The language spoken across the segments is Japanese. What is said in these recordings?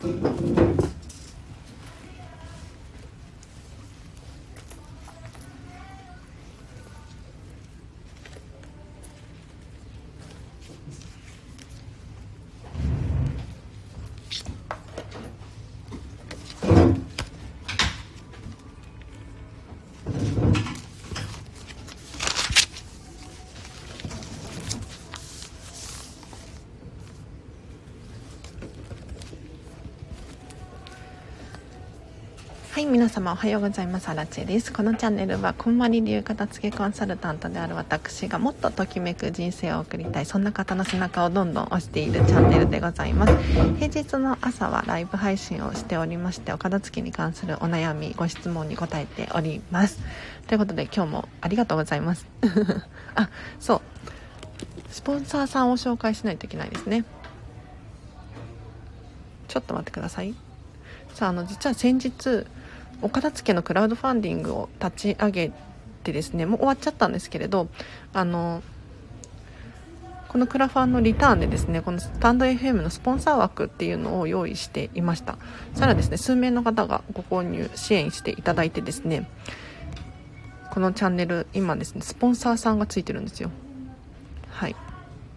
はい、皆様おはようございます。アラチェです。このチャンネルはこんまり流片付けコンサルタントである私がもっとときめく人生を送りたい、そんな方の背中をどんどん押しているチャンネルでございます。平日の朝はライブ配信をしておりまして、お片付けに関するお悩みご質問に答えております。ということで今日もありがとうございますあ、そう、スポンサーさんを紹介しないといけないですね。ちょっと待ってください。さあ、実は先日お片付けのクラウドファンディングを立ち上げてですね、もう終わっちゃったんですけれど、このクラファンのリターンでですね、このスタンド FM のスポンサー枠っていうのを用意していました。そしたらですね、数名の方がご購入支援していただいてですね、このチャンネル今ですね、スポンサーさんがついてるんですよ。はい、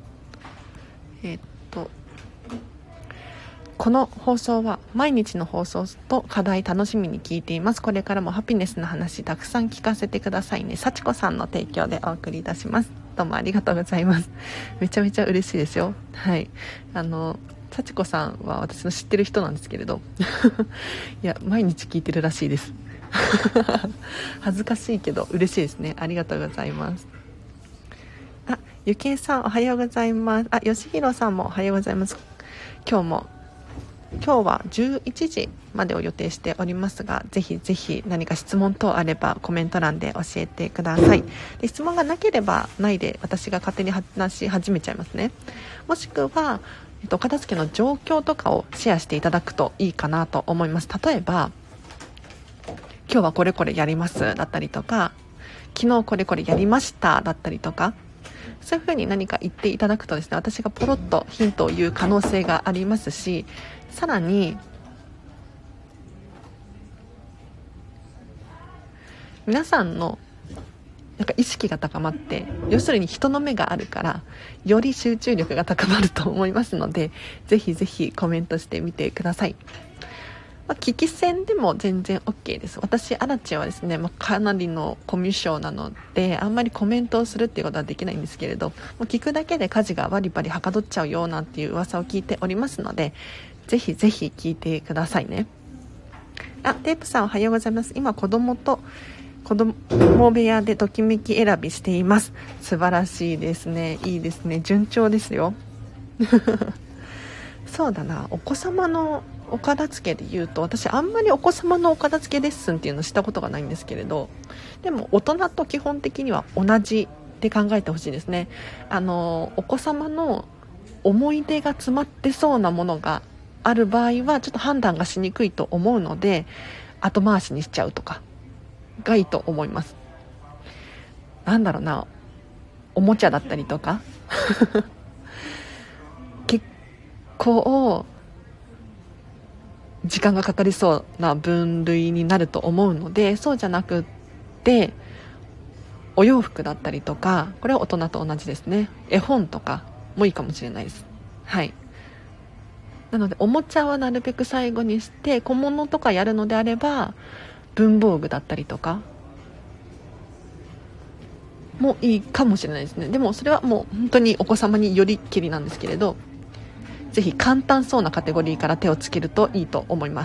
この放送は毎日の放送と課題楽しみに聞いています。これからもハピネスの話たくさん聞かせてくださいね。幸子さんの提供でお送りいたします。どうもありがとうございます。めちゃめちゃ嬉しいですよ。はい、幸子さんは私の知ってる人なんですけれどいや、毎日聞いてるらしいです恥ずかしいけど嬉しいですね。ありがとうございます。あ、ゆきえさんおはようございます。あ、よしひろさんもおはようございます。今日は11時までを予定しておりますが、ぜひぜひ何か質問等あればコメント欄で教えてください。で、質問がなければないで私が勝手に話し始めちゃいますね。もしくは、片付けの状況とかをシェアしていただくといいかなと思います。例えば、今日はこれこれやりますだったりとか、昨日これこれやりましただったりとか、そういうふうに何か言っていただくとですね、私がポロッとヒントを言う可能性がありますし、さらに皆さんの意識が高まって、要するに人の目があるからより集中力が高まると思いますので、ぜひぜひコメントしてみてください。聞き戦でも全然 OK です。私アラチはですね、かなりのコミュ障なのであんまりコメントをするっていうことはできないんですけれど、もう聞くだけで家事がバリバリはかどっちゃうよなんていう噂を聞いておりますので、ぜひぜひ聞いてくださいね。あ、テープさんおはようございます。今子供部屋でときめき選びしています。素晴らしいですね。いいですね。順調ですよそうだな、お子様のお片付けで言うと、私あんまりお子様のお片付けレッスンっていうのをしたことがないんですけれど、でも大人と基本的には同じって考えてほしいですね。お子様の思い出が詰まってそうなものがある場合はちょっと判断がしにくいと思うので、後回しにしちゃうとかがいいと思います。なんだろうな、おもちゃだったりとか結構時間がかかりそうな分類になると思うので、そうじゃなくってお洋服だったりとか、これは大人と同じですね。絵本とかもいいかもしれないです。はい、なのでおもちゃはなるべく最後にして、小物とかやるのであれば文房具だったりとかもいいかもしれないですね。でもそれはもう本当にお子様によりけりなんですけれど、ぜひ簡単そうなカテゴリーから手をつけるといいと思います。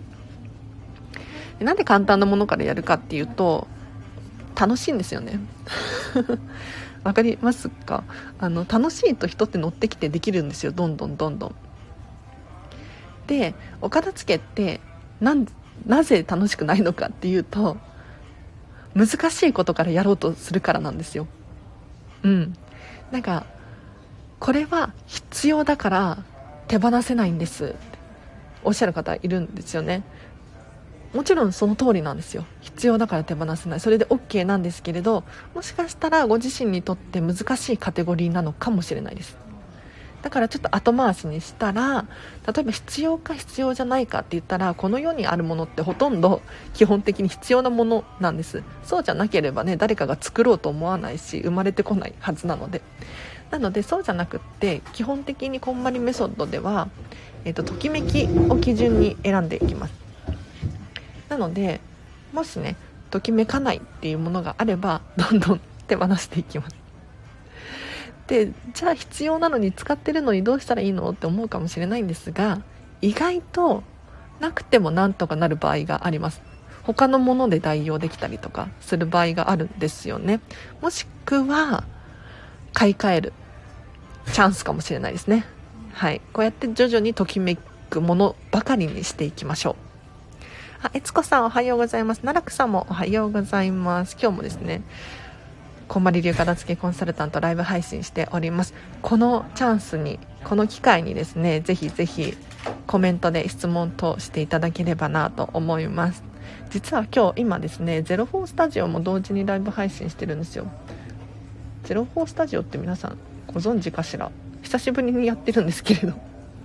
なんで簡単なものからやるかっていうと、楽しいんですよねわかりますか？楽しいと人って乗ってきてできるんですよ、どんどんどんどん。で、お片付けってなぜ楽しくないのかっていうと、難しいことからやろうとするからなんですよ。なんかこれは必要だから手放せないんですっておっしゃる方いるんですよね。もちろんその通りなんですよ。必要だから手放せない、それで OK なんですけれど、もしかしたらご自身にとって難しいカテゴリーなのかもしれないです。 だからちょっと後回しにしたら、例えば必要か必要じゃないかって言ったら、この世にあるものってほとんど基本的に必要なものなんです。そうじゃなければね、誰かが作ろうと思わないし生まれてこないはずなので。そうじゃなくって、基本的にこんまりメソッドでは、ときめきを基準に選んでいきます。なのでもしね、ときめかないっていうものがあれば、どんどん手放していきます。で、じゃあ必要なのに使ってるのにどうしたらいいのって思うかもしれないんですが、意外となくてもなんとかなる場合があります。他のもので代用できたりとかする場合があるんですよね。もしくは買い替えるチャンスかもしれないですね。はい、こうやって徐々にときめくものばかりにしていきましょう。えつこさんおはようございます。奈落さんもおはようございます。今日もですね、こんまり流片付けコンサルタントライブ配信しております。このチャンスに、この機会にですね、ぜひぜひコメントで質問等していただければなと思います。実は今ですね、04スタジオも同時にライブ配信してるんですよ。04スタジオって皆さんご存知かしら。久しぶりにやってるんですけれど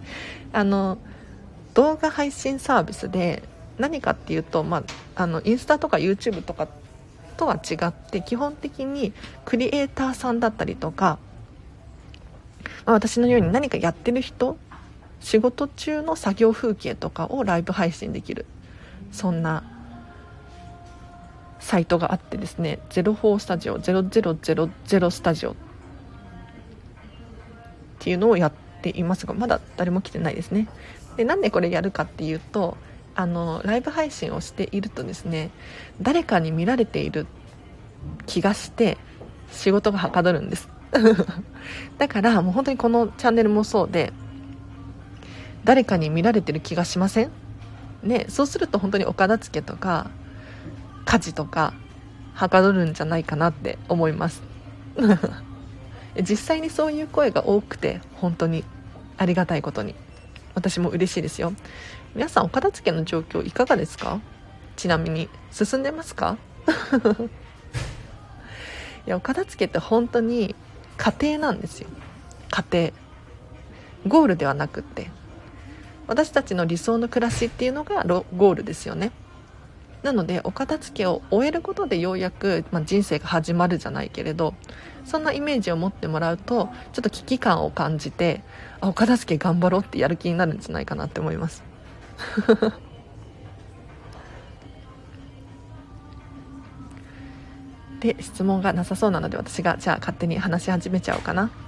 動画配信サービスで、何かっていうと、インスタとか YouTube とかとは違って、基本的にクリエイターさんだったりとか、私のように何かやってる人、仕事中の作業風景とかをライブ配信できる、そんなサイトがあってですね、04スタジオ、0000スタジオっていうのをやっていますが、まだ誰も来てないですね。で、なんでこれやるかっていうと、ライブ配信をしているとですね、誰かに見られている気がして仕事がはかどるんですだからもう本当にこのチャンネルもそうで、誰かに見られてる気がしませんね。そうすると本当にお片付けとか家事とかはかどるんじゃないかなって思います実際にそういう声が多くて、本当にありがたいことに私も嬉しいですよ。皆さんお片付けの状況いかがですか？ちなみに進んでますか？いや、お片付けって本当に過程なんですよ。過程、ゴールではなくって、私たちの理想の暮らしっていうのがゴールですよね。なのでお片付けを終えることでようやく、人生が始まるじゃないけれど、そんなイメージを持ってもらうと、ちょっと危機感を感じて、お片付け頑張ろうってやる気になるんじゃないかなって思いますで、質問がなさそうなので、私がじゃあ勝手に話し始めちゃおうかな。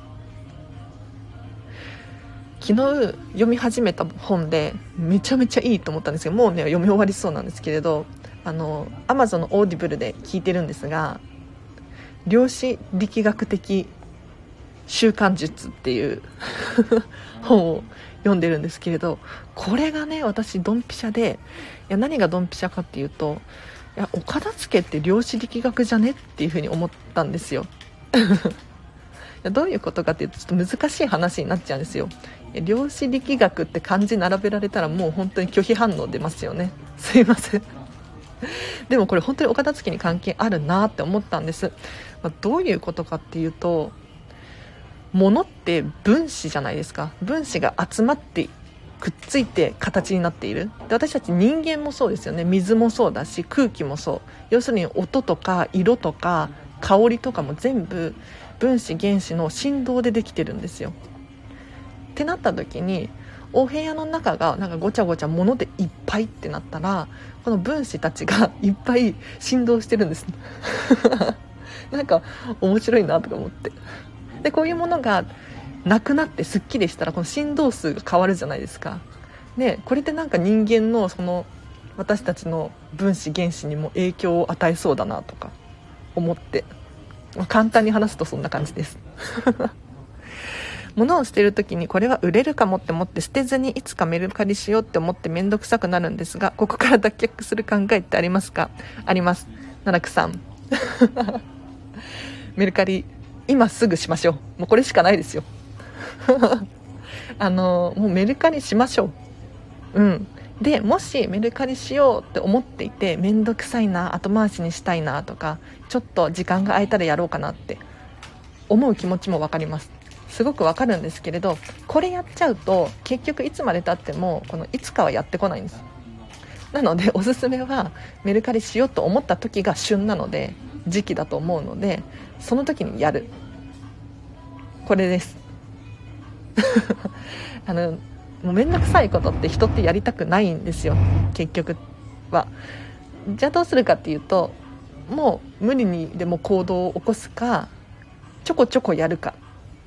昨日読み始めた本でめちゃめちゃいいと思ったんですけど、もうね読み終わりそうなんですけれど、Amazon のオーディブルで聞いてるんですが、量子力学的習慣術っていう本を読んでるんですけれど、これがね、私ドンピシャで、いや、何がドンピシャかっていうと、いや、お片付けって量子力学じゃねっていうふうに思ったんですよどういうことかっていうと、ちょっと難しい話になっちゃうんですよ。量子力学って漢字並べられたらもう本当に拒否反応出ますよね。すいませんでもこれ本当にお片付けに関係あるなって思ったんです。どういうことかっていうと、物って分子じゃないですか。分子が集まってくっついて形になっている。で、私たち人間もそうですよね。水もそうだし、空気もそう。要するに音とか色とか香りとかも全部分子原子の振動でできてるんですよ。ってなった時に、お部屋の中がなんかごちゃごちゃ物でいっぱいってなったら、この分子たちがいっぱい振動してるんですなんか面白いなとか思って。で、こういうものがなくなってすっきりしたら、この振動数が変わるじゃないですか。で、これってなんか人間のその私たちの分子原子にも影響を与えそうだなとか思って、簡単に話すとそんな感じです物を捨てるときに、これは売れるかもって思って捨てずにいつかメルカリしようって思って面倒くさくなるんですが、ここから脱却する考えってありますか？あります。奈落さんメルカリ今すぐしましょう。もうこれしかないですよもうメルカリしましょう。で、もしメルカリしようって思っていて、めんどくさいな、後回しにしたいなとか、ちょっと時間が空いたらやろうかなって思う気持ちも分かります。 すごくわかるんですけれど、これやっちゃうと結局いつまで経ってもこのいつかはやってこないんです。なのでおすすめはメルカリしようと思った時が旬なので、時期だと思うので、その時にやる、これですもうめんどくさいことって人ってやりたくないんですよ、結局は。じゃあどうするかっていうと、もう無理にでも行動を起こすか、ちょこちょこやるか。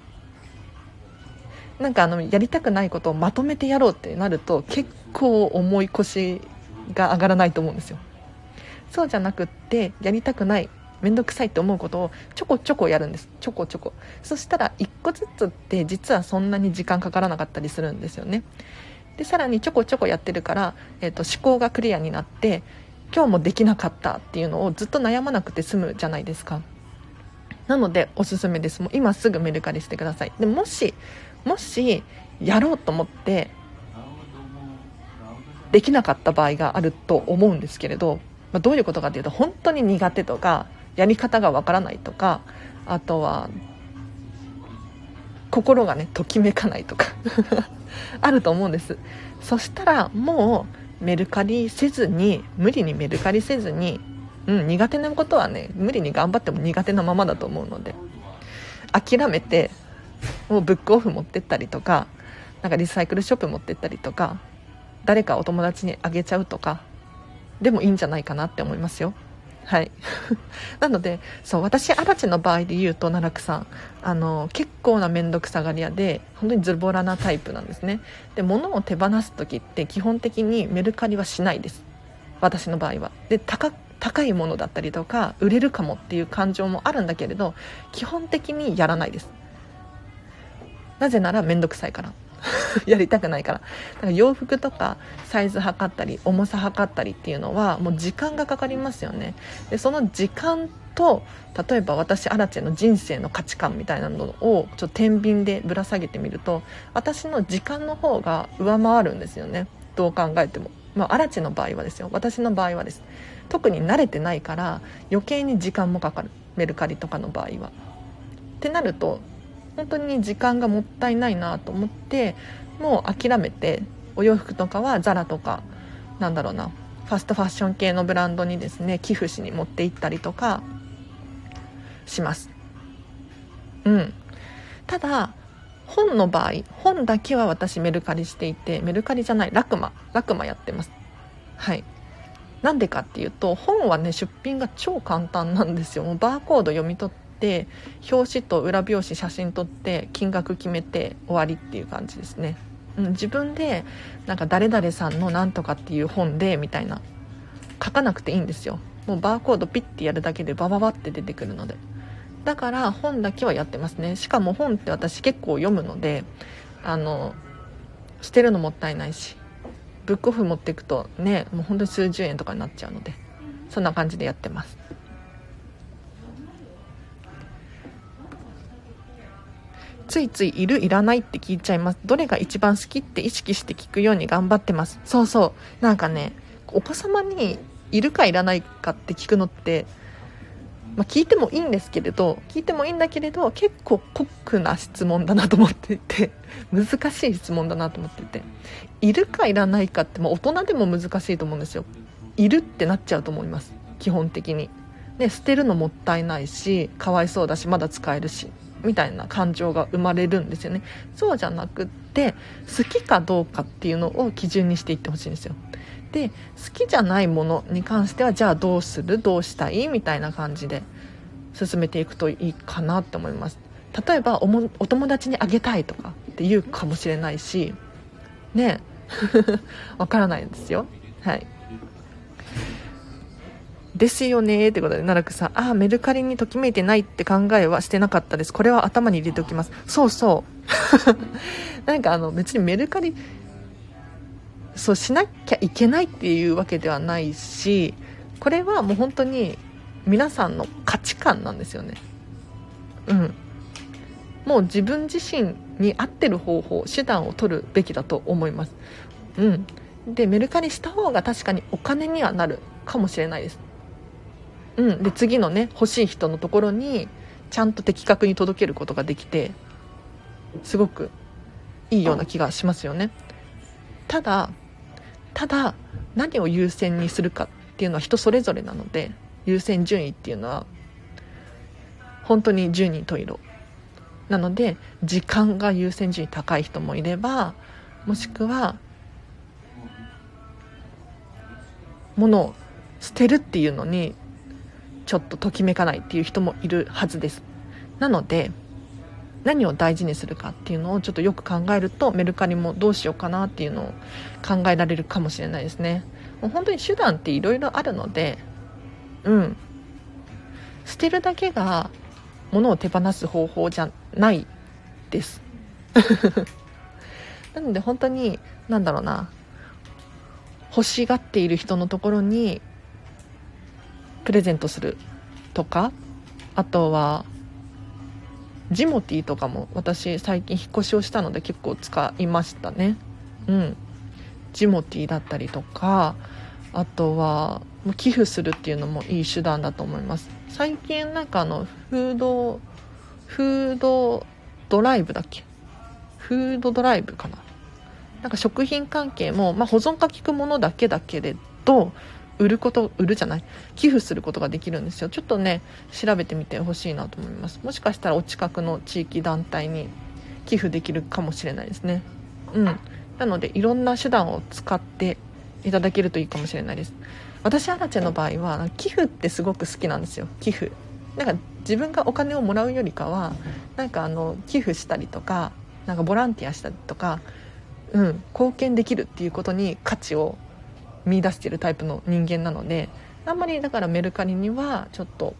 なんかやりたくないことをまとめてやろうってなると結構重い腰が上がらないと思うんですよ。そうじゃなくって、やりたくない、めんどくさいって思うことをちょこちょこやるんです。ちょこちょこ。そしたら一個ずつって実はそんなに時間かからなかったりするんですよね。でさらにちょこちょこやってるから、思考がクリアになって、今日もできなかったっていうのをずっと悩まなくて済むじゃないですか。なのでおすすめです。もう今すぐメルカリしてください。でもしやろうと思ってできなかった場合があると思うんですけれど、どういうことかというと、本当に苦手とかやり方がわからないとか、あとは心がねときめかないとかあると思うんです。そしたらもうメルカリせずに、無理にメルカリせずに、苦手なことはね、無理に頑張っても苦手なままだと思うので、諦めてもうブックオフ持ってったりとか、なんかリサイクルショップ持ってったりとか、誰かお友達にあげちゃうとかでもいいんじゃないかなって思いますよ。はいなので、そう、私アラチの場合で言うと、奈落さん結構な面倒くさがり屋で、本当にズボラなタイプなんですね。で、物を手放す時って基本的にメルカリはしないです、私の場合は。で、高いものだったりとか売れるかもっていう感情もあるんだけれど、基本的にやらないです。なぜなら面倒くさいからやりたくないから。だから洋服とかサイズ測ったり重さ測ったりっていうのはもう時間がかかりますよね。でその時間と、例えば私アラチェの人生の価値観みたいなのをちょっと天秤でぶら下げてみると、私の時間の方が上回るんですよね、どう考えても。アラチェの場合はですよ、私の場合はです。特に慣れてないから余計に時間もかかる、メルカリとかの場合は。ってなると本当に時間がもったいないなと思って、もう諦めて、お洋服とかはザラとか、なんだろうな、ファストファッション系のブランドにですね、寄付しに持って行ったりとかします。ただ本の場合、本だけは私メルカリしていて、メルカリじゃない、ラクマやってます。はい。なんでかっていうと、本はね、出品が超簡単なんですよ。もうバーコード読み取って、表紙と裏表紙写真撮って金額決めて終わりっていう感じですね。自分でなんか誰々さんのなんとかっていう本でみたいな書かなくていいんですよ。もうバーコードピッてやるだけでバババって出てくるので。だから本だけはやってますね。しかも本って私結構読むので、捨てるのもったいないし、ブックオフ持っていくとね、もう本当に数十円とかになっちゃうので、そんな感じでやってます。ついついいるいらないって聞いちゃいます。どれが一番好きって意識して聞くように頑張ってます。そうそう、なんかね、お子様にいるかいらないかって聞くのって、聞いてもいいんですけれど、結構酷な質問だなと思っていて難しい質問だなと思っていて、いるかいらないかって大人でも難しいと思うんですよ。いるってなっちゃうと思います、基本的に。で、捨てるのもったいないし、かわいそうだし、まだ使えるしみたいな感情が生まれるんですよね。そうじゃなくって、好きかどうかっていうのを基準にしていってほしいんですよ。で、好きじゃないものに関しては、じゃあどうしたいみたいな感じで進めていくといいかなって思います。例えばお友達にあげたいとかって言うかもしれないしねわからないですよ。はい、ですよねってことで、奈良くさん、メルカリにときめいてないって考えはしてなかったです。これは頭に入れておきます。そうそうなんか別にメルカリそうしなきゃいけないっていうわけではないし、これはもう本当に皆さんの価値観なんですよね。もう自分自身に合ってる方法、手段を取るべきだと思います。で、メルカリした方が確かにお金にはなるかもしれないです。で、次のね、欲しい人のところにちゃんと的確に届けることができて、 すごくいいような気がしますよね。ただ何を優先にするかっていうのは人それぞれなので、優先順位っていうのは本当に十人十色なので、時間が優先順位高い人もいれば、もしくは物を捨てるっていうのにちょっとときめかないっていう人もいるはずです。なので何を大事にするかっていうのをちょっとよく考えると、メルカリもどうしようかなっていうのを考えられるかもしれないですね。もう本当に手段っていろいろあるので、捨てるだけが物を手放す方法じゃないですなので本当に欲しがっている人のところにプレゼントするとか、あとはジモティーとかも私最近引っ越しをしたので結構使いましたね。ジモティーだったりとか、あとは寄付するっていうのもいい手段だと思います。最近フードドライブだっけ、フードドライブかな、食品関係も、保存が効くものだけれど寄付することができるんですよ。ちょっとね調べてみてほしいなと思います。もしかしたらお近くの地域団体に寄付できるかもしれないですね。なのでいろんな手段を使っていただけるといいかもしれないです。私アラチェの場合は寄付ってすごく好きなんですよ。寄付自分がお金をもらうよりかは寄付したりとかボランティアしたりとか、貢献できるっていうことに価値を見出しているタイプの人間なので、あんまりだからメルカリにはちょっと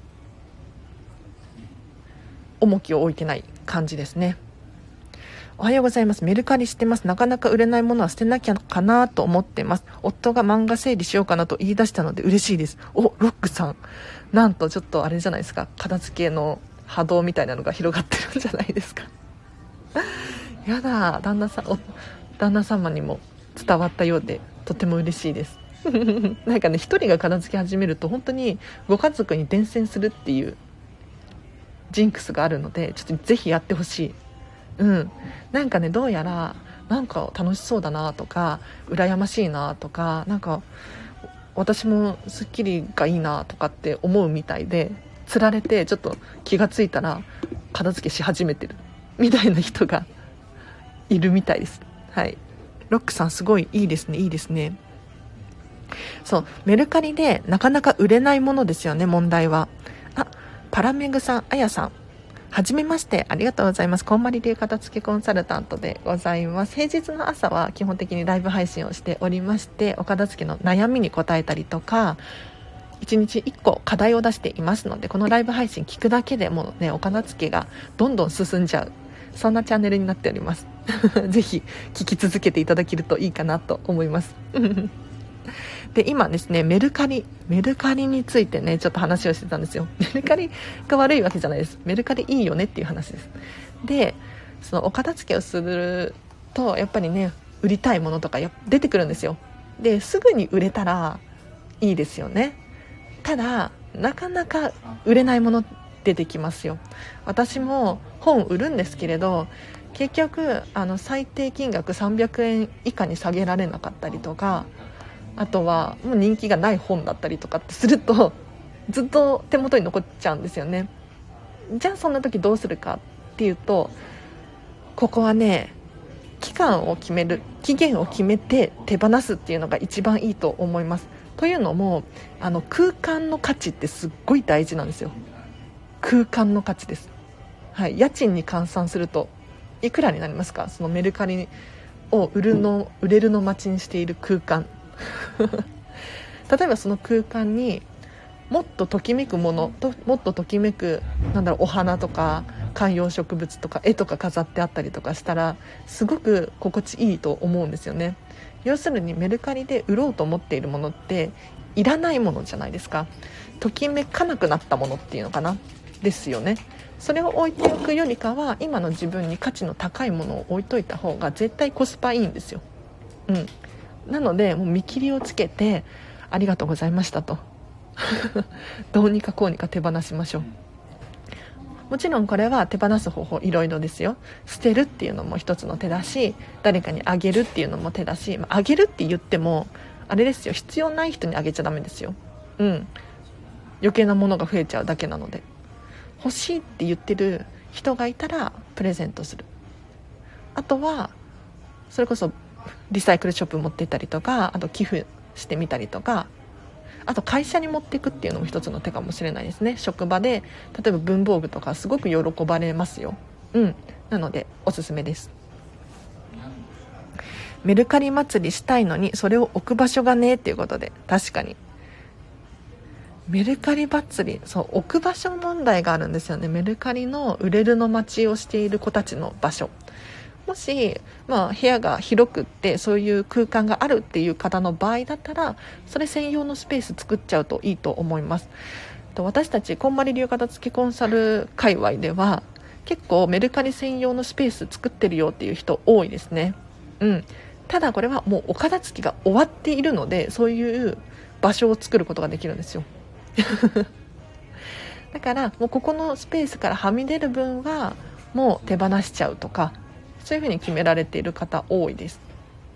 重きを置いてない感じですね。おはようございます。メルカリしてます。なかなか売れないものは捨てなきゃかなと思ってます。夫が漫画整理しようかなと言い出したので嬉しいです。ロックさん、なんとちょっとあれじゃないですか、片付けの波動みたいなのが広がってるんじゃないですかやだ、旦那様にも伝わったようでとても嬉しいです一人が片付け始めると本当にご家族に伝染するっていうジンクスがあるので、ちょっとぜひやってほしい。どうやら楽しそうだなとか羨ましいなとか私もスッキリがいいなとかって思うみたいで、つられてちょっと気がついたら片付けし始めてるみたいな人がいるみたいです。はい、ロックさんすごいいいですね、いいですね。そうメルカリでなかなか売れないものですよね、問題は。パラメグさん、あやさん、はじめまして、ありがとうございます。こんまり流片付けコンサルタントでございます。平日の朝は基本的にライブ配信をしておりまして、お片付けの悩みに答えたりとか、1日1個課題を出していますので、このライブ配信聞くだけでもね、お片付けがどんどん進んじゃう、そんなチャンネルになっておりますぜひ聞き続けていただけるといいかなと思いますで今ですね、メルカリについてねちょっと話をしてたんですよ。メルカリが悪いわけじゃないです。メルカリいいよねっていう話です。でそのお片付けをするとやっぱりね、売りたいものとか出てくるんですよ。ですぐに売れたらいいですよね。ただなかなか売れないもの出てきますよ。私も本売るんですけれど、結局最低金額300円以下に下げられなかったりとか、あとはもう人気がない本だったりとかってするとずっと手元に残っちゃうんですよね。じゃあそんな時どうするかっていうと、ここはね、期限を決めて手放すっていうのが一番いいと思います。というのも空間の価値ってすっごい大事なんですよ。空間の価値です。はい、家賃に換算するといくらになりますか？そのメルカリを売れるの街にしている空間例えばその空間にもっとときめくものと、もっとときめくお花とか観葉植物とか絵とか飾ってあったりとかしたらすごく心地いいと思うんですよね。要するにメルカリで売ろうと思っているものっていらないものじゃないですか。ときめかなくなったものっていうのかなですよね。それを置いておくよりかは今の自分に価値の高いものを置いといた方が絶対コスパいいんですよ。なのでもう見切りをつけてありがとうございましたとどうにかこうにか手放しましょう。 もちろんこれは手放す方法いろいろですよ。捨てるっていうのも一つの手だし、誰かにあげるっていうのも手だし、あげるって言ってもあれですよ、必要ない人にあげちゃダメですよ。余計なものが増えちゃうだけなので、欲しいって言ってる人がいたらプレゼントする。あとはそれこそリサイクルショップ持ってったりとか、あと寄付してみたりとか、あと会社に持っていくっていうのも一つの手かもしれないですね。職場で例えば文房具とかすごく喜ばれますよ。なのでおすすめです。メルカリ祭りしたいのにそれを置く場所がねっていうことで、確かにメルカリ祭り、そう、置く場所問題があるんですよね。メルカリの売れるの待ちをしている子たちの場所、もし、部屋が広くってそういう空間があるっていう方の場合だったら、それ専用のスペース作っちゃうといいと思います。私たちこんまり流片付けコンサル界隈では結構メルカリ専用のスペース作ってるよっていう人多いですね。ただこれはもうお片付きが終わっているので、そういう場所を作ることができるんですよ。だからもうここのスペースからはみ出る分はもう手放しちゃうとか、そういうふうに決められている方多いです。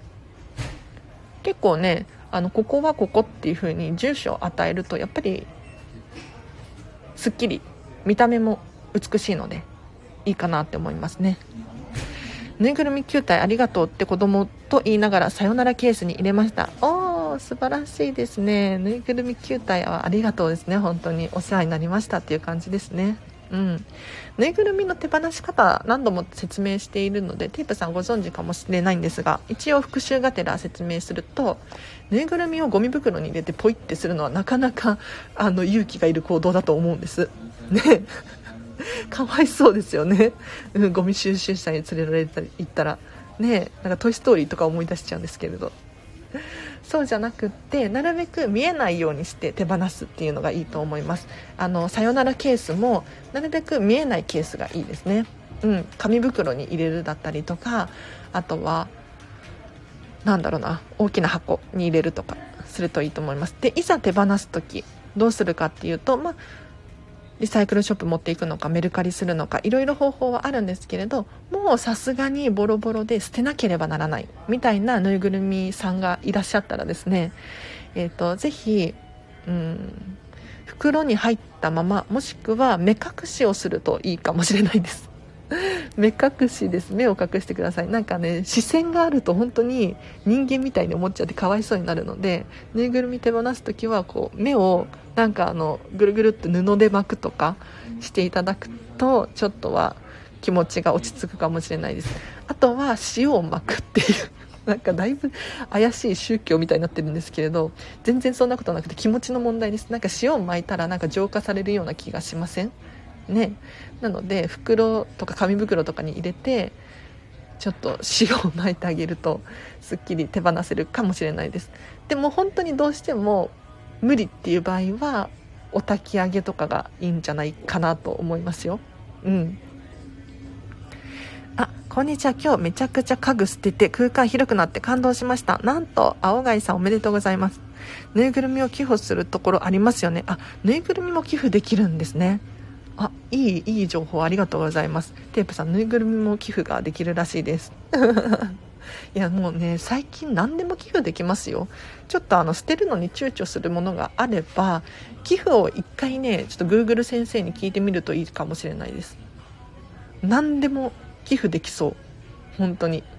結構ね、ここはここっていうふうに住所を与えるとやっぱりすっきり見た目も美しいのでいいかなって思いますね。ぬいぐるみ9体ありがとうって子供と言いながらさよならケースに入れました。素晴らしいですね。ぬいぐるみ9体はありがとうですね。本当にお世話になりましたっていう感じですね。ぬいぐるみの手放し方何度も説明しているのでテープさんご存知かもしれないんですが、一応復習がてら説明すると、ぬいぐるみをゴミ袋に入れてポイってするのはなかなか勇気がいる行動だと思うんですね。かわいそうですよね。ゴミ収集車に連れられたり行ったらね、なんかトイストーリーとか思い出しちゃうんですけれど、そうじゃなくってなるべく見えないようにして手放すっていうのがいいと思います。さよならケースもなるべく見えないケースがいいですね。紙袋に入れるだったりとか、あとは大きな箱に入れるとかするといいと思います。でいざ手放す時どうするかっていうと、リサイクルショップ持っていくのかメルカリするのかいろいろ方法はあるんですけれど、もうさすがにボロボロで捨てなければならないみたいなぬいぐるみさんがいらっしゃったらですね、ぜひ袋に入ったまま、もしくは目隠しをするといいかもしれないです。目隠しです。目を隠してください。なんかね、視線があると本当に人間みたいに思っちゃってかわいそうになるので、ぬいぐるみ手放すときはこう目をぐるぐるっと布で巻くとかしていただくとちょっとは気持ちが落ち着くかもしれないです。あとは塩を巻くっていうだいぶ怪しい宗教みたいになってるんですけれど、全然そんなことなくて気持ちの問題です。塩を巻いたら浄化されるような気がしませんね。なので袋とか紙袋とかに入れてちょっと塩を巻いてあげるとすっきり手放せるかもしれないです。でも本当にどうしても無理っていう場合はお焚き上げとかがいいんじゃないかなと思いますよ。こんにちは。今日めちゃくちゃ家具捨てて空間広くなって感動しました。なんと青貝さんおめでとうございます。ぬいぐるみを寄付するところありますよね。ぬいぐるみも寄付できるんですね。いい情報ありがとうございます。テープさん、ぬいぐるみも寄付ができるらしいですいやもうね、最近何でも寄付できますよ。ちょっと捨てるのに躊躇するものがあれば寄付を一回ね、ちょっと Google 先生に聞いてみるといいかもしれないです。何でも寄付できそう、本当に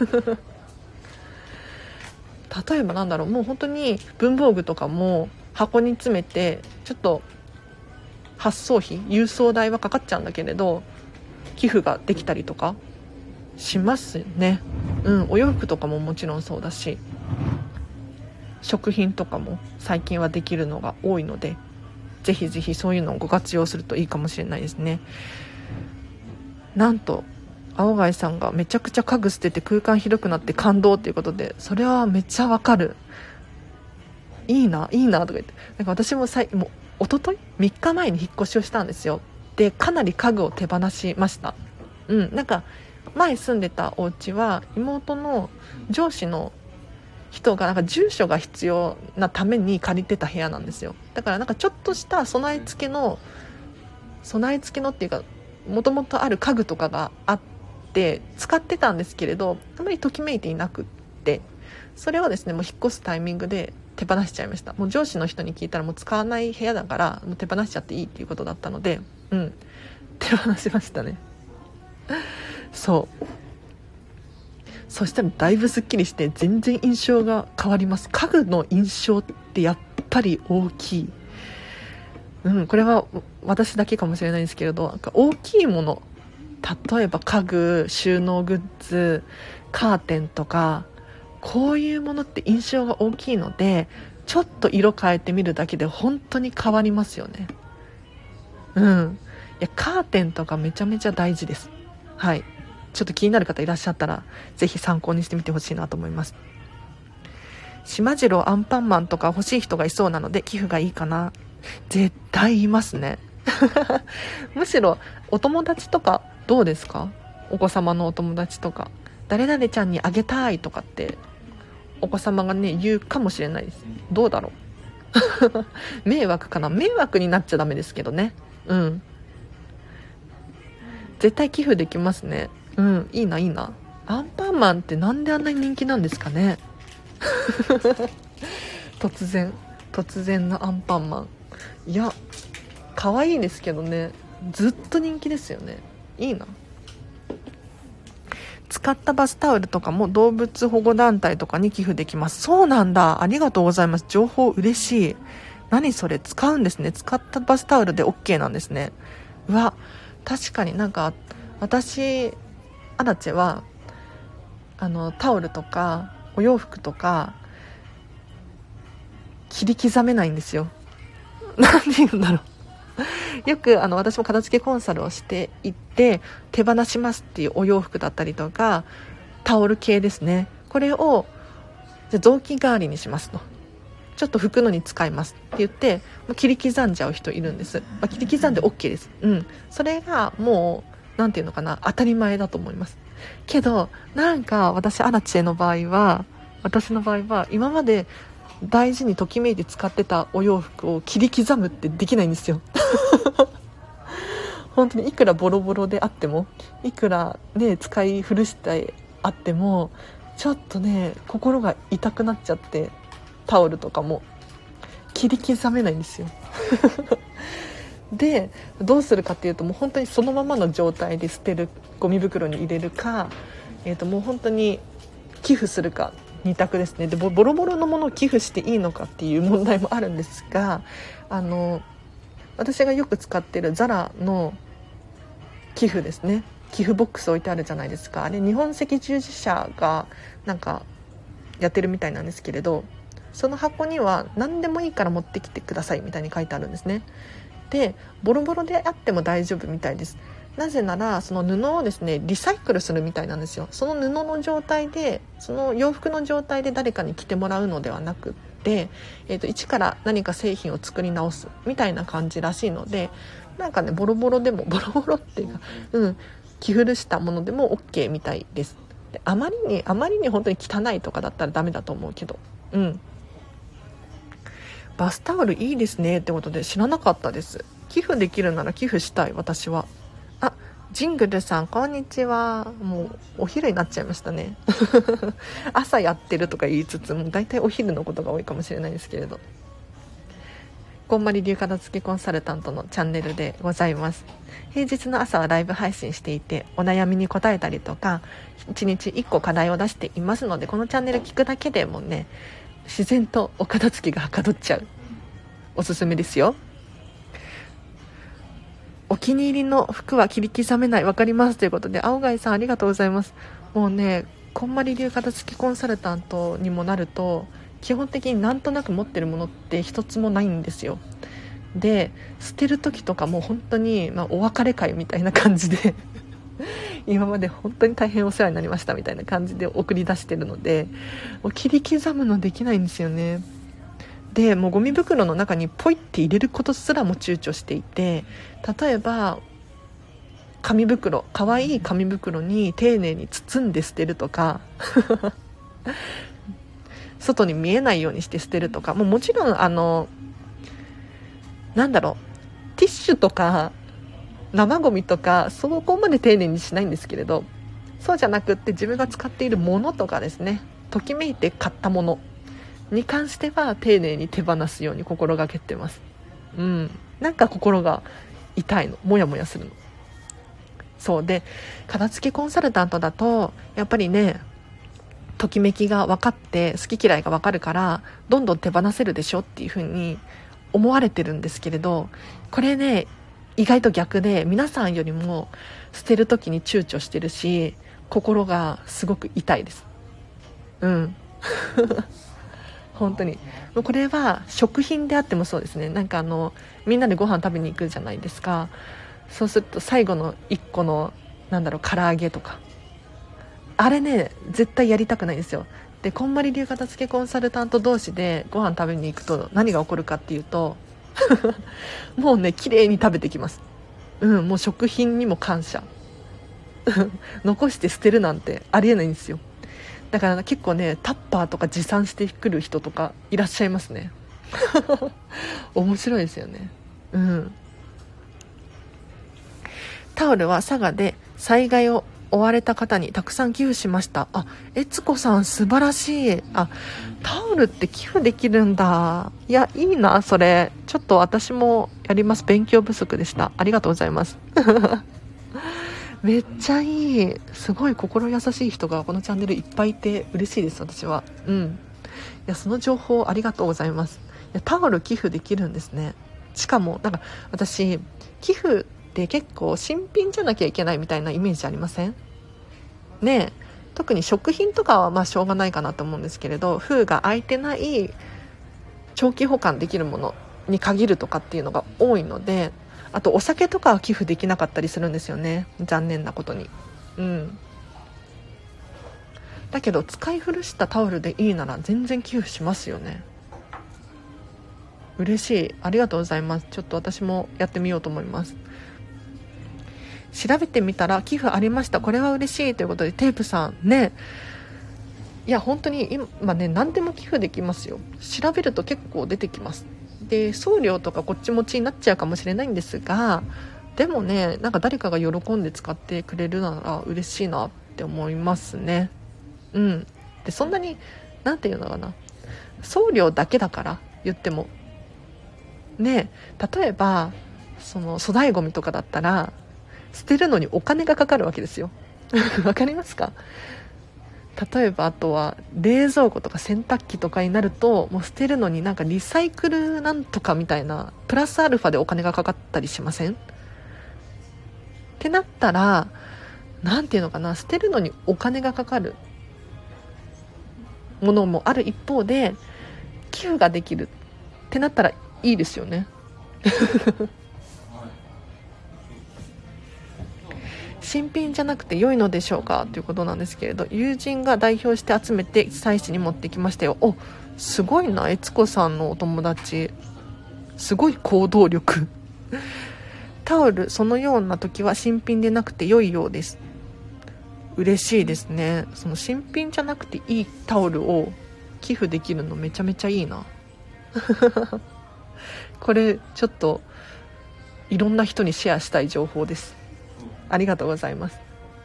例えばもう本当に文房具とかも箱に詰めてちょっと発送費郵送代はかかっちゃうんだけれど寄付ができたりとかしますね。お洋服とかももちろんそうだし、食品とかも最近はできるのが多いので、ぜひぜひそういうのをご活用するといいかもしれないですね。なんと青貝さんがめちゃくちゃ家具捨てて空間広くなって感動っていうことで、それはめっちゃわかる。いいなとか言って、私も一昨日3日前に引っ越しをしたんですよ。でかなり家具を手放しました。前住んでたお家は妹の上司の人が住所が必要なために借りてた部屋なんですよ。だからちょっとした備え付けのっていうかもともとある家具とかがあって使ってたんですけれど、あまりときめいていなくって、それをですねもう引っ越すタイミングで手放しちゃいました。もう上司の人に聞いたらもう使わない部屋だからもう手放しちゃっていいっていうことだったので、手放しましたね。そしたらだいぶすっきりして全然印象が変わります。家具の印象ってやっぱり大きい。これは私だけかもしれないですけれど、なんか大きいもの、例えば家具、収納グッズ、カーテンとか、こういうものって印象が大きいので、ちょっと色変えてみるだけで本当に変わりますよね。いや、カーテンとかめちゃめちゃ大事です。はい。ちょっと気になる方いらっしゃったらぜひ参考にしてみてほしいなと思います。島次郎アンパンマンとか欲しい人がいそうなので寄付がいいかな。絶対いますね。むしろお友達とかどうですか？お子様のお友達とか、誰々ちゃんにあげたいとかってお子様がね言うかもしれないです。どうだろう。迷惑かな。迷惑になっちゃダメですけどね。絶対寄付できますね。いいな。アンパンマンってなんであんなに人気なんですかね。突然のアンパンマン。いや、可愛いですけどね、ずっと人気ですよね。いいな。使ったバスタオルとかも動物保護団体とかに寄付できます。そうなんだ。ありがとうございます。情報嬉しい。何それ、使うんですね。使ったバスタオルで OK なんですね。うわ、確かになんか私アラチェはタオルとかお洋服とか切り刻めないんですよ。なんて言うんだろう。よく私も片付けコンサルをしていって手放しますっていうお洋服だったりとかタオル系ですね、これをじゃ雑巾代わりにしますと、ちょっと拭くのに使いますって言って切り刻んじゃう人いるんです。切り刻んで OK です。それがもうなんていうのかな、当たり前だと思いますけど、なんか私アラチェの場合は今まで大事にときめいて使ってたお洋服を切り刻むってできないんですよ。本当にいくらボロボロであっても、いくらね使い古してあっても、ちょっとね心が痛くなっちゃって、タオルとかも切り刻めないんですよ。でどうするかっていうと、もう本当にそのままの状態で捨てる、ゴミ袋に入れるか、もう本当に寄付するか2択ですね。でボロボロのものを寄付していいのかっていう問題もあるんですが、私がよく使ってるザラの寄付ですね、寄付ボックス置いてあるじゃないですか。あれ日本赤十字社がなんかやってるみたいなんですけれど、その箱には何でもいいから持ってきてくださいみたいに書いてあるんですね。でボロボロであっても大丈夫みたいです。なぜならその布をですねリサイクルするみたいなんですよ。その布の状態で、その洋服の状態で誰かに着てもらうのではなくって、一から何か製品を作り直すみたいな感じらしいので、なんかねボロボロでもボロボロっていうか、着古したものでも OK みたいです。であまりに本当に汚いとかだったらダメだと思うけど、バスタオルいいですねってことで知らなかったです。寄付できるなら寄付したい、私は。あ、ジングルさんこんにちは。もうお昼になっちゃいましたね。朝やってるとか言いつつもだいたいお昼のことが多いかもしれないですけれど、こんまり流片付けコンサルタントのチャンネルでございます。平日の朝はライブ配信していて、お悩みに答えたりとか1日1個課題を出していますので、このチャンネル聞くだけでもね自然とお片付けがはかどっちゃう。おすすめですよ。お気に入りの服は切り刻めない、わかりますということで、青貝さんありがとうございます。もうねこんまり流片付けコンサルタントにもなると基本的になんとなく持ってるものって一つもないんですよ。で捨てる時とかも本当に、お別れ会みたいな感じで今まで本当に大変お世話になりましたみたいな感じで送り出してるので、もう切り刻むのできないんですよね。でもうゴミ袋の中にポイって入れることすらも躊躇していて、例えば可愛い紙袋に丁寧に包んで捨てるとか外に見えないようにして捨てるとか、もちろんなんだろう、ティッシュとか生ゴミとかそこまで丁寧にしないんですけれど、そうじゃなくって自分が使っているものとかですね、ときめいて買ったものに関しては丁寧に手放すように心がけてます。なんか心が痛いの、モヤモヤするの。そうで、片付けコンサルタントだとやっぱりね、ときめきが分かって好き嫌いが分かるからどんどん手放せるでしょっていう風に思われてるんですけれど、これね、意外と逆で、皆さんよりも捨てる時に躊躇してるし、心がすごく痛いです。本当に。これは食品であってもそうですね。なんかみんなでご飯食べに行くじゃないですか。そうすると最後の1個の唐揚げとか、あれね、絶対やりたくないんですよ。で、こんまり流片付けコンサルタント同士でご飯食べに行くと何が起こるかっていうともうね、綺麗に食べてきます。もう食品にも感謝残して捨てるなんてありえないんですよ。だから結構ね、タッパーとか持参してくる人とかいらっしゃいますね面白いですよね。タオルは佐賀で災害を追われた方にたくさん寄付しました。悦子さん素晴らしい。タオルって寄付できるんだ。いや、いいな、それ。ちょっと私もやります。勉強不足でした。ありがとうございますめっちゃいい。すごい心優しい人がこのチャンネルいっぱいいて嬉しいです、私は。いや、その情報ありがとうございます。いや、タオル寄付できるんですね。しかも私寄付って結構新品じゃなきゃいけないみたいなイメージありませんね。特に食品とかはまあしょうがないかなと思うんですけれど、封が開いてない長期保管できるものに限るとかっていうのが多いので、あとお酒とかは寄付できなかったりするんですよね、残念なことに。だけど使い古したタオルでいいなら全然寄付しますよね。嬉しい、ありがとうございます。ちょっと私もやってみようと思います。調べてみたら寄付ありました。これは嬉しいということで、テープさんね、いや本当に今ね、何でも寄付できますよ。調べると結構出てきます。で、送料とかこっち持ちになっちゃうかもしれないんですが、でもね、なんか誰かが喜んで使ってくれるなら嬉しいなって思いますね。で、そんなになんていうのかな、送料だけだから言ってもね、例えばその粗大ごみとかだったら捨てるのにお金がかかるわけですよわかりますか？例えばあとは冷蔵庫とか洗濯機とかになると、もう捨てるのになんかリサイクルなんとかみたいなプラスアルファでお金がかかったりしません？ってなったら、なんていうのかな、捨てるのにお金がかかるものもある一方で寄付ができるってなったらいいですよね新品じゃなくて良いのでしょうかということなんですけれど、友人が代表して集めて被災地に持ってきましたよ。すごいな、悦子さんのお友達すごい行動力タオル、そのような時は新品でなくて良いようです。嬉しいですね。その新品じゃなくていいタオルを寄付できるのめちゃめちゃいいなこれちょっといろんな人にシェアしたい情報です。ありがとうございます。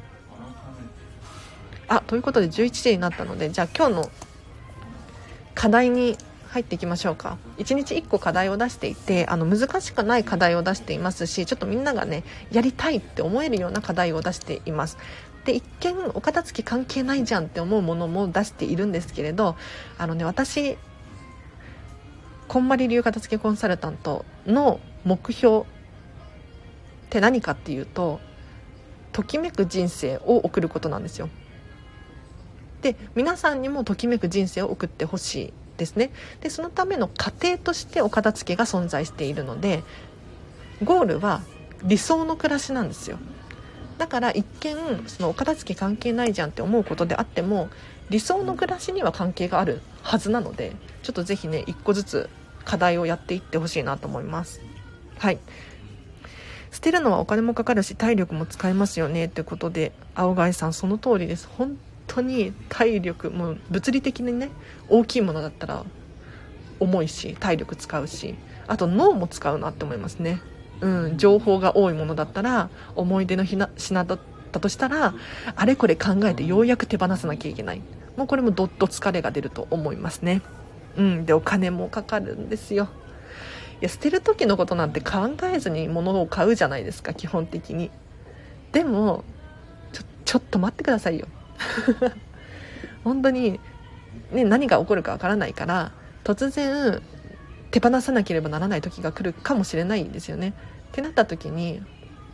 ということで11時になったので、じゃあ今日の課題に入っていきましょうか。1日1個課題を出していて、難しくない課題を出していますし、ちょっとみんながね、やりたいって思えるような課題を出しています。で、一見お片付け関係ないじゃんって思うものも出しているんですけれど、私こんまり流片付けコンサルタントの目標って何かっていうと、ときめく人生を送ることなんですよ。で、皆さんにもときめく人生を送ってほしいですね。で、そのための過程としてお片付けが存在しているので、ゴールは理想の暮らしなんですよ。だから一見そのお片付け関係ないじゃんって思うことであっても、理想の暮らしには関係があるはずなので、ちょっとぜひね、一個ずつ課題をやっていってほしいなと思います。はい。捨てるのはお金もかかるし体力も使いますよねということで、青貝さんその通りです。本当に体力、もう物理的にね、大きいものだったら重いし体力使うし、あと脳も使うなって思いますね。 情報が多いものだったら、思い出の品だったとしたら、あれこれ考えてようやく手放さなきゃいけない。もうこれもどっと疲れが出ると思いますね。でお金もかかるんですよ。いや、捨てる時のことなんて考えずに物を買うじゃないですか、基本的に。でもちょっと待ってくださいよ本当に、ね、何が起こるかわからないから、突然手放さなければならない時が来るかもしれないんですよね。ってなった時に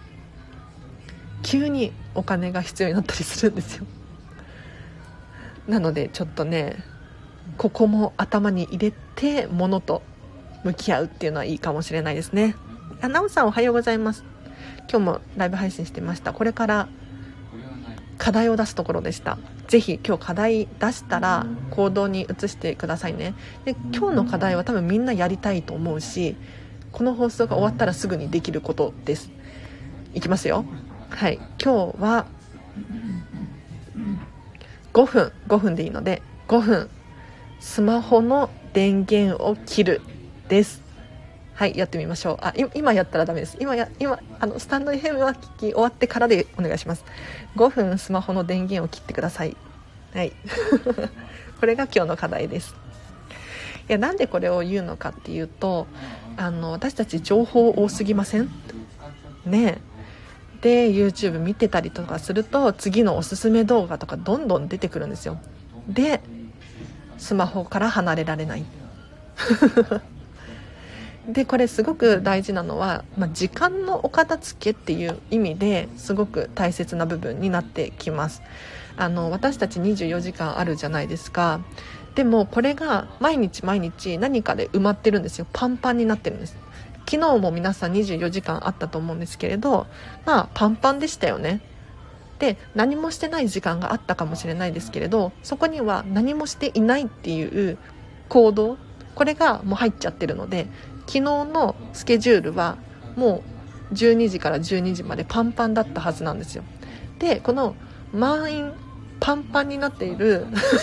急にお金が必要になったりするんですよ。なのでちょっとね、ここも頭に入れて物と向き合うっていうのはいいかもしれないですね。なおさんおはようございます。今日もライブ配信してました。これから課題を出すところでした。ぜひ今日課題出したら行動に移してくださいね。で、今日の課題は多分みんなやりたいと思うし、この放送が終わったらすぐにできることです。いきますよ。はい、今日は5分でいいので、5分スマホの電源を切るです。はい、やってみましょう。今やったらダメです。今スタンド FM は聞き終わってからでお願いします。5分スマホの電源を切ってください。はいこれが今日の課題です。いや、なんでこれを言うのかっていうと、私たち情報多すぎませんね。で YouTube 見てたりとかすると、次のおすすめ動画とかどんどん出てくるんですよ。でスマホから離れられないでこれすごく大事なのは、時間のお片付けっていう意味ですごく大切な部分になってきます。私たち24時間あるじゃないですか。でもこれが毎日何かで埋まってるんですよ。パンパンになってるんです。昨日も皆さん24時間あったと思うんですけれど、パンパンでしたよね。で何もしてない時間があったかもしれないですけれど、そこには何もしていないっていう行動、これがもう入っちゃってるので、昨日のスケジュールはもう12時から12時までパンパンだったはずなんですよ。でこの満員パンパンになっている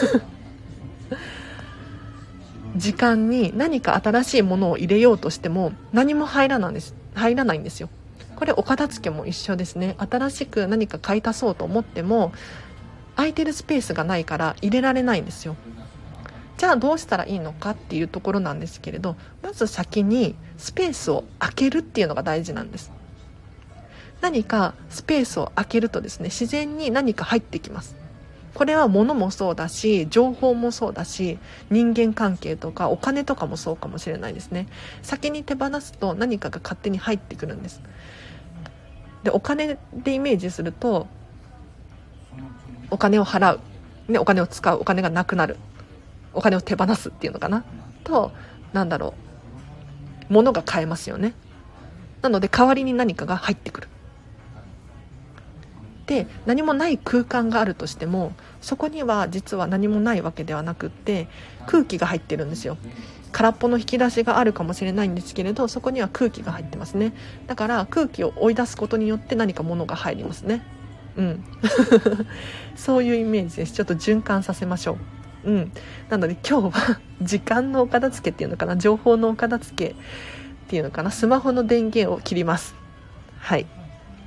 時間に何か新しいものを入れようとしても何も入らないんですよ。これお片付けも一緒ですね。新しく何か買い足そうと思っても空いてるスペースがないから入れられないんですよ。じゃあどうしたらいいのかっていうところなんですけれど、まず先にスペースを空けるっていうのが大事なんです。何かスペースを空けるとですね、自然に何か入ってきます。これは物もそうだし、情報もそうだし、人間関係とかお金とかもそうかもしれないですね。先に手放すと何かが勝手に入ってくるんです。でお金でイメージすると、お金を払う、お金を使う、お金がなくなる、お金を手放すっていうのかなと、物が買えますよね。なので代わりに何かが入ってくる。で何もない空間があるとしても、そこには実は何もないわけではなくって、空気が入ってるんですよ。空っぽの引き出しがあるかもしれないんですけれど、そこには空気が入ってますね。だから空気を追い出すことによって何か物が入りますね。そういうイメージです。ちょっと循環させましょう。なので今日は時間のお片付けっていうのかな、情報のお片付けっていうのかな、スマホの電源を切ります。はい。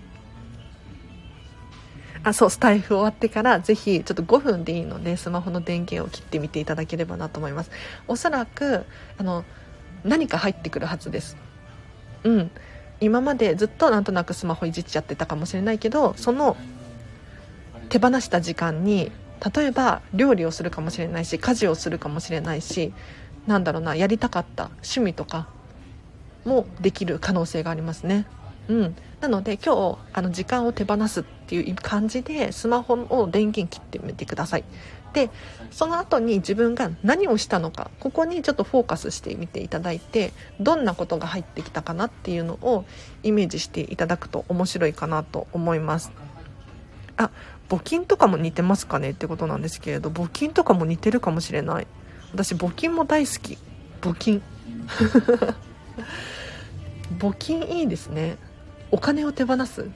そう、スタイフ終わってからぜひちょっと5分でいいのでスマホの電源を切ってみていただければなと思います。おそらく何か入ってくるはずです。今までずっとなんとなくスマホいじっちゃってたかもしれないけど、その手放した時間に例えば料理をするかもしれないし、家事をするかもしれないし、やりたかった趣味とかもできる可能性がありますね。なので今日時間を手放すっていう感じでスマホを電源切ってみてください。でその後に自分が何をしたのか、ここにちょっとフォーカスしてみていただいて、どんなことが入ってきたかなっていうのをイメージしていただくと面白いかなと思います。募金とかも似てますかねってことなんですけれど、募金とかも似てるかもしれない。私募金も大好き。募金募金いいですね。お金を手放す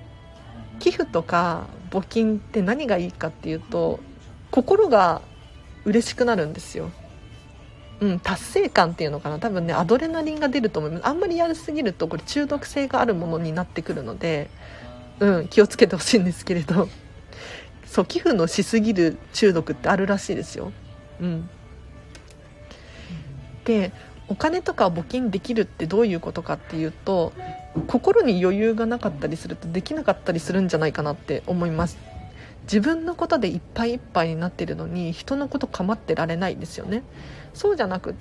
寄付とか募金って何がいいかっていうと、心が嬉しくなるんですよ。達成感っていうのかな、多分ねアドレナリンが出ると思います。あんまりやりすぎるとこれ中毒性があるものになってくるので、気をつけてほしいんですけれどそう、寄付のしすぎる中毒ってあるらしいですよ。で、お金とかを募金できるってどういうことかっていうと、心に余裕がなかったりするとできなかったりするんじゃないかなって思います。自分のことでいっぱいいっぱいになってるのに人のこと構ってられないですよね。そうじゃなくって、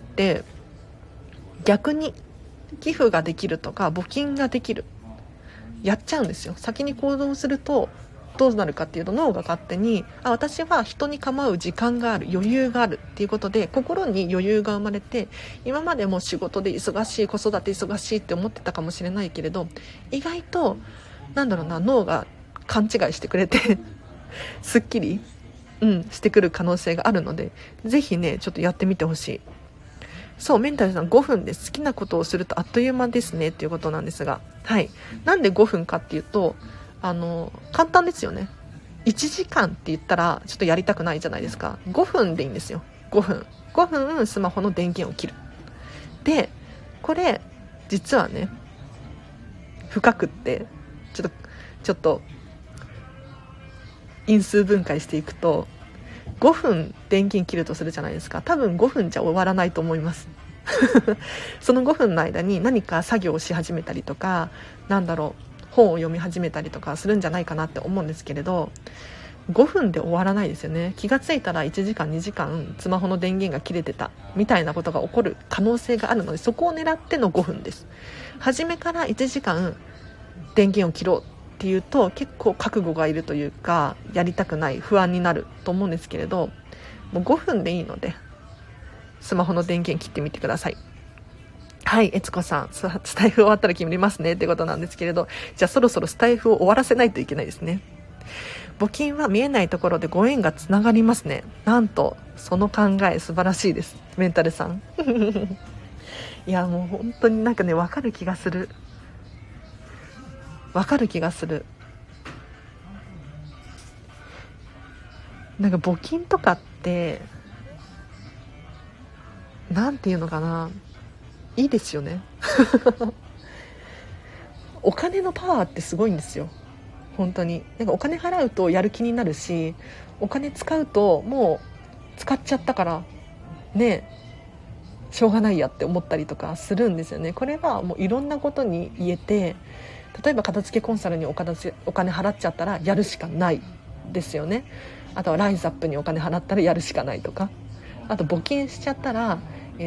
逆に寄付ができるとか募金ができる、やっちゃうんですよ。先に行動するとどうなるかっていうと、脳が勝手に私は人に構う時間がある、余裕があるっていうことで心に余裕が生まれて、今までも仕事で忙しい、子育て忙しいって思ってたかもしれないけれど、意外と脳が勘違いしてくれてすっきり、してくる可能性があるので、ぜひねちょっとやってみてほしい。そう、メンタルさん5分で好きなことをするとあっという間ですねっていうことなんですが、はい、なんで5分かっていうと、簡単ですよね。1時間って言ったらちょっとやりたくないじゃないですか。5分でいいんですよ。5分スマホの電源を切る。で、これ実はね深くって、ちょっと因数分解していくと、5分電源切るとするじゃないですか。多分5分じゃ終わらないと思いますその5分の間に何か作業をし始めたりとか、本を読み始めたりとかするんじゃないかなって思うんですけれど、5分で終わらないですよね。気がついたら1時間2時間スマホの電源が切れてたみたいなことが起こる可能性があるので、そこを狙っての5分です。初めから1時間電源を切ろうっていうと結構覚悟がいるというか、やりたくない、不安になると思うんですけれど、もう5分でいいのでスマホの電源切ってみてください。はい、悦子さん、スタイフ終わったら決めますねってことなんですけれど、じゃあそろそろスタイフを終わらせないといけないですね。募金は見えないところでご縁がつながりますね。なんとその考え素晴らしいです、メンタルさんいや、もう本当に分かる気がする。募金とかってなんていうのかな、いいですよねお金のパワーってすごいんですよ。本当にお金払うとやる気になるし、お金使うともう使っちゃったからね、しょうがないやって思ったりとかするんですよね。これはもういろんなことに言えて、例えば片付けコンサルにお金払っちゃったらやるしかないですよね。あとはライズアップにお金払ったらやるしかないとか、あと募金しちゃったら、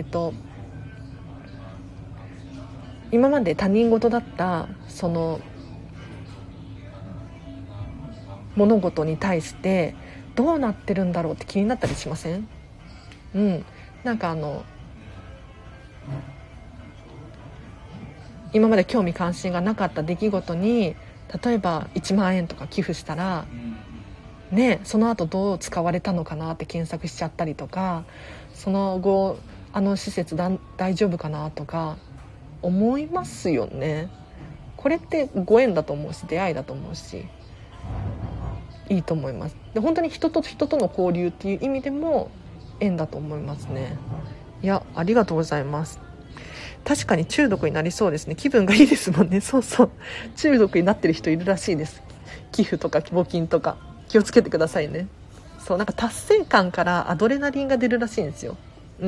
今まで他人事だったその物事に対してどうなってるんだろうって気になったりしません？今まで興味関心がなかった出来事に例えば1万円とか寄付したらね、その後どう使われたのかなって検索しちゃったりとか、その後施設大丈夫かなとか思いますよね。これってご縁だと思うし、出会いだと思うし、いいと思います。で、本当に人と人との交流っていう意味でも縁だと思いますね。いや、ありがとうございます。確かに中毒になりそうですね。気分がいいですもんね。そうそう、中毒になってる人いるらしいです。寄付とか募金とか気をつけてくださいね。そう、達成感からアドレナリンが出るらしいんですよ。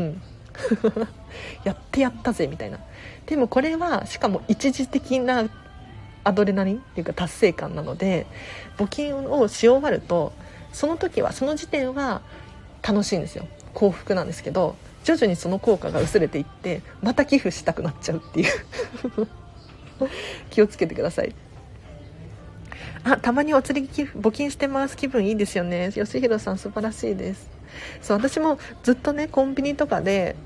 やってやったぜみたいな。でもこれはしかも一時的なアドレナリンっていうか達成感なので、募金をし終わるとその時はその時点は楽しいんですよ、幸福なんですけど、徐々にその効果が薄れていってまた寄付したくなっちゃうっていう気をつけてください。たまにお釣り募金してます。気分いいですよね。吉弘さん素晴らしいです。そう、私もずっとねコンビニとかで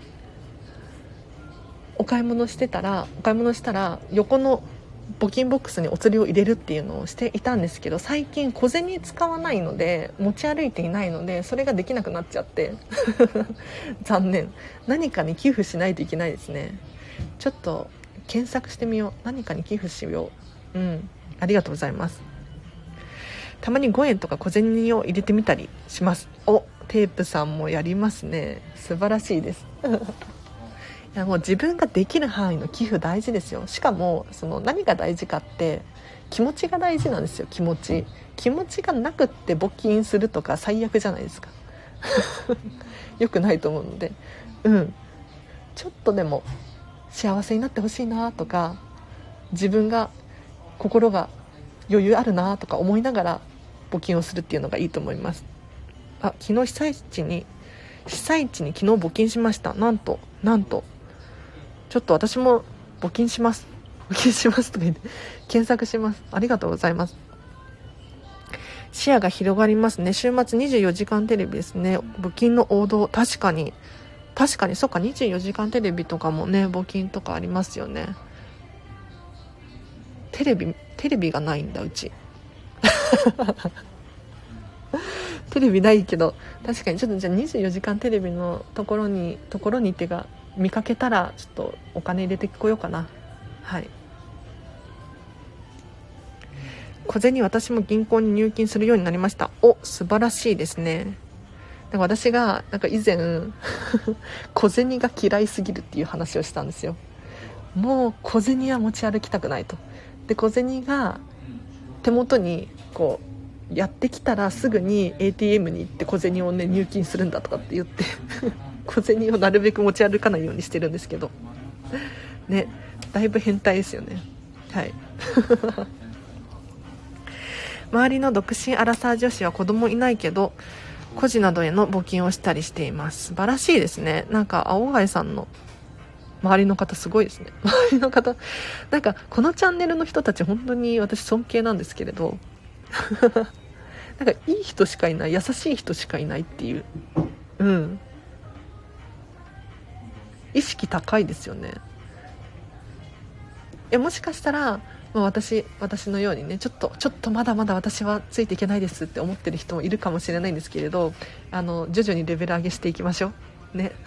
お買い物したら横の募金ボックスにお釣りを入れるっていうのをしていたんですけど、最近小銭使わないので、持ち歩いていないのでそれができなくなっちゃって残念。何かに寄付しないといけないですね。ちょっと検索してみよう。何かに寄付しよう。ありがとうございます。たまに5円とか小銭を入れてみたりします。 テープさんもやりますね。素晴らしいですいやもう自分ができる範囲の寄付大事ですよ。しかもその何が大事かって気持ちが大事なんですよ。気持ちがなくって募金するとか最悪じゃないですか良くないと思うので、ちょっとでも幸せになってほしいなとか、自分が心が余裕あるなとか思いながら募金をするっていうのがいいと思います。昨日被災地に昨日募金しました。なんとちょっと私も募金しますとか言って検索します。ありがとうございます。視野が広がりますね。週末24時間テレビですね。募金の王道。確かにそっか、24時間テレビとかもね、募金とかありますよね。テレビがないんだうちテレビないけど、確かにちょっとじゃあ24時間テレビのところにっていうか見かけたらちょっとお金入れてこようかな。はい。小銭私も銀行に入金するようになりました。素晴らしいですね。私が以前小銭が嫌いすぎるっていう話をしたんですよ。もう小銭は持ち歩きたくないと。で小銭が手元にこうやってきたらすぐに ATM に行って小銭をね入金するんだとかって言って小銭をなるべく持ち歩かないようにしてるんですけどね、だいぶ変態ですよね。はい周りの独身アラサー女子は子供いないけど孤児などへの募金をしたりしています。素晴らしいですね。青貝さんの周りの方すごいですね。周りの方このチャンネルの人たち本当に私尊敬なんですけれどいい人しかいない、優しい人しかいないっていう、意識高いですよね。もしかしたら私のようにねちょっとまだまだ私はついていけないですって思ってる人もいるかもしれないんですけれど、徐々にレベル上げしていきましょうね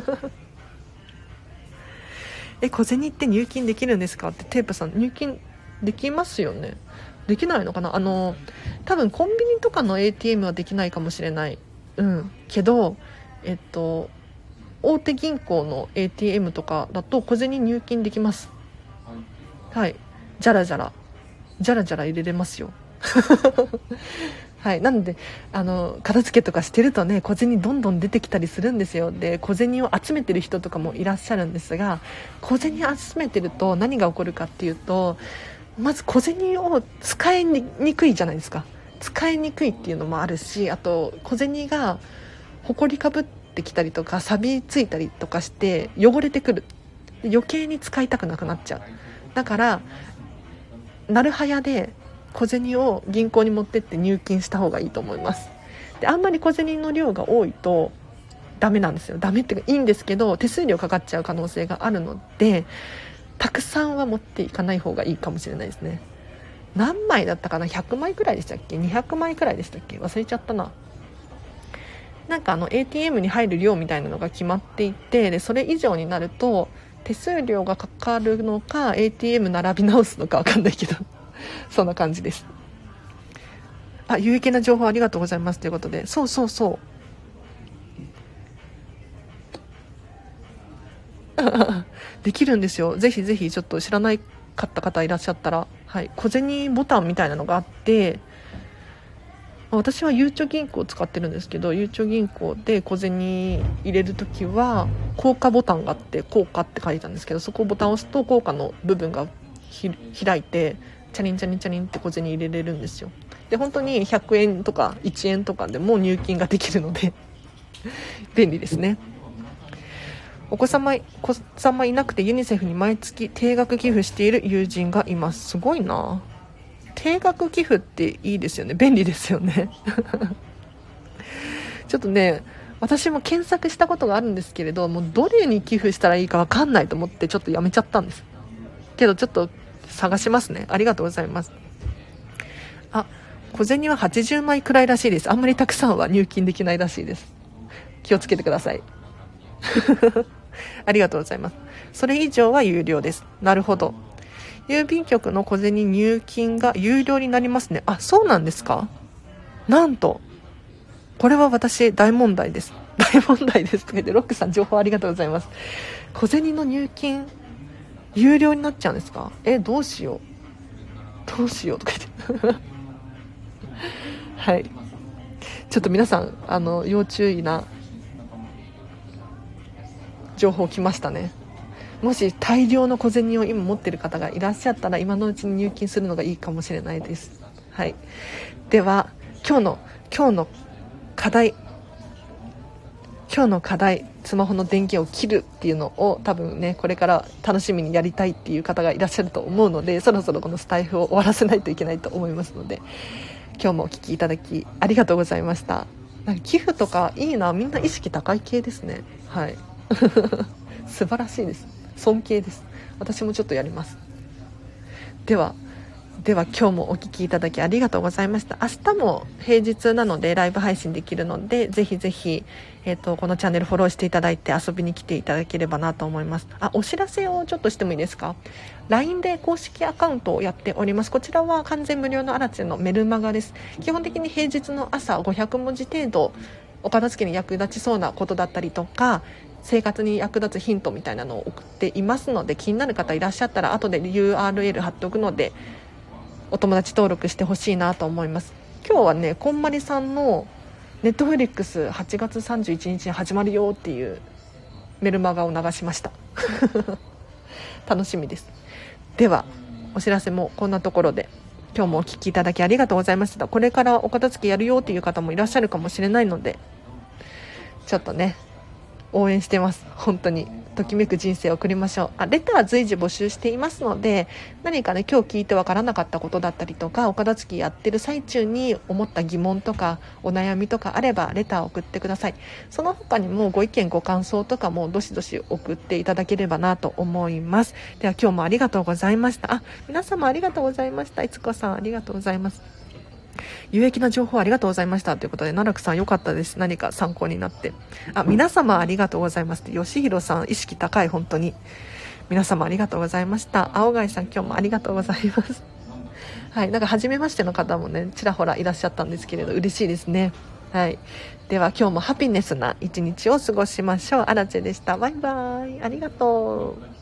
小銭って入金できるんですかってテープさん、入金できますよね。できないのかな。多分コンビニとかの ATM はできないかもしれないけど大手銀行の ATM とかだと小銭入金できます。はい、じゃらじゃら入れれますよはい、なので片付けとかしてるとね小銭どんどん出てきたりするんですよ。で小銭を集めてる人とかもいらっしゃるんですが、小銭集めてると何が起こるかっていうと、まず小銭を使いにくいじゃないですか。使いにくいっていうのもあるし、あと小銭がほこりかぶってきたりとか錆びついたりとかして汚れてくる。余計に使いたくなくなっちゃう。だからなるはやで小銭を銀行に持ってって入金した方がいいと思います。であんまり小銭の量が多いとダメなんですよ。ダメっていうかいいんですけど手数料かかっちゃう可能性があるので、たくさんは持っていかない方がいいかもしれないですね。何枚だったかな、100枚くらいでしたっけ、200枚くらいでしたっけ、忘れちゃったな。ATM に入る量みたいなのが決まっていて、でそれ以上になると手数料がかかるのか ATM 並び直すのか分かんないけどそんな感じです。有益な情報ありがとうございますということで、そうできるんですよ。ぜひぜひちょっと知らないかった方いらっしゃったら、はい、小銭ボタンみたいなのがあって、私はゆうちょ銀行を使ってるんですけど、ゆうちょ銀行で小銭入れるときは硬貨ボタンがあって、硬貨って書いてたんですけど、そこをボタンを押すと硬貨の部分が開いてチャリンチャリンチャリンって小銭入れれるんですよ。で本当に100円とか1円とかでも入金ができるので便利ですね。お子様いなくてユニセフに毎月定額寄付している友人がいます。すごいな。定額寄付っていいですよね。便利ですよねちょっとね私も検索したことがあるんですけれど、もうどれに寄付したらいいか分かんないと思ってちょっとやめちゃったんですけど、ちょっと探しますね。ありがとうございます。小銭は80枚くらいらしいです。あんまりたくさんは入金できないらしいです。気をつけてくださいありがとうございます。それ以上は有料です。なるほど。郵便局の小銭入金が有料になりますね。そうなんですか。なんとこれは私大問題です大問題ですとか言って、ロックさん情報ありがとうございます。小銭の入金有料になっちゃうんですか？どうしようとか言ってはい、ちょっと皆さん要注意な情報来ましたね。もし大量の小銭を今持ってる方がいらっしゃったら、今のうちに入金するのがいいかもしれないです。はい、では今日の課題スマホの電源を切るっていうのを多分ね、これから楽しみにやりたいっていう方がいらっしゃると思うので、そろそろこのスタイフを終わらせないといけないと思いますので、今日もお聞きいただきありがとうございました。なんか寄付とかいいな、みんな意識高い系ですね。はい素晴らしいです。尊敬です。私もちょっとやります。では今日もお聞きいただきありがとうございました。明日も平日なのでライブ配信できるので、ぜひぜひ、このチャンネルフォローしていただいて遊びに来ていただければなと思います。お知らせをちょっとしてもいいですか？ LINE で公式アカウントをやっております。こちらは完全無料のアラチェのメルマガです。基本的に平日の朝500文字程度、お片付けに役立ちそうなことだったりとか、生活に役立つヒントみたいなのを送っていますので、気になる方いらっしゃったら後で URL 貼っておくので、お友達登録してほしいなと思います。今日はね、こんまりさんのネットフリックス8月31日に始まるよっていうメルマガを流しました楽しみです。ではお知らせもこんなところで、今日もお聞きいただきありがとうございました。これからお片付けやるよっていう方もいらっしゃるかもしれないので、ちょっとね、応援してます。本当にときめく人生を送りましょう。レター随時募集していますので、何かね、今日聞いてわからなかったことだったりとか、お片付けやってる最中に思った疑問とかお悩みとかあればレターを送ってください。その他にもご意見ご感想とかもどしどし送っていただければなと思います。では今日もありがとうございました。皆様ありがとうございました。いつこさんありがとうございます。有益な情報ありがとうございましたということで、奈落さん良かったです。何か参考になって。皆様ありがとうございますって、吉弘さん意識高い。本当に皆様ありがとうございました。青貝さん今日もありがとうございますはい、なんか初めましての方もね、ちらほらいらっしゃったんですけれど、嬉しいですね。はい、では今日もハピネスな一日を過ごしましょう。アラチェでした。バイバイ。ありがとう。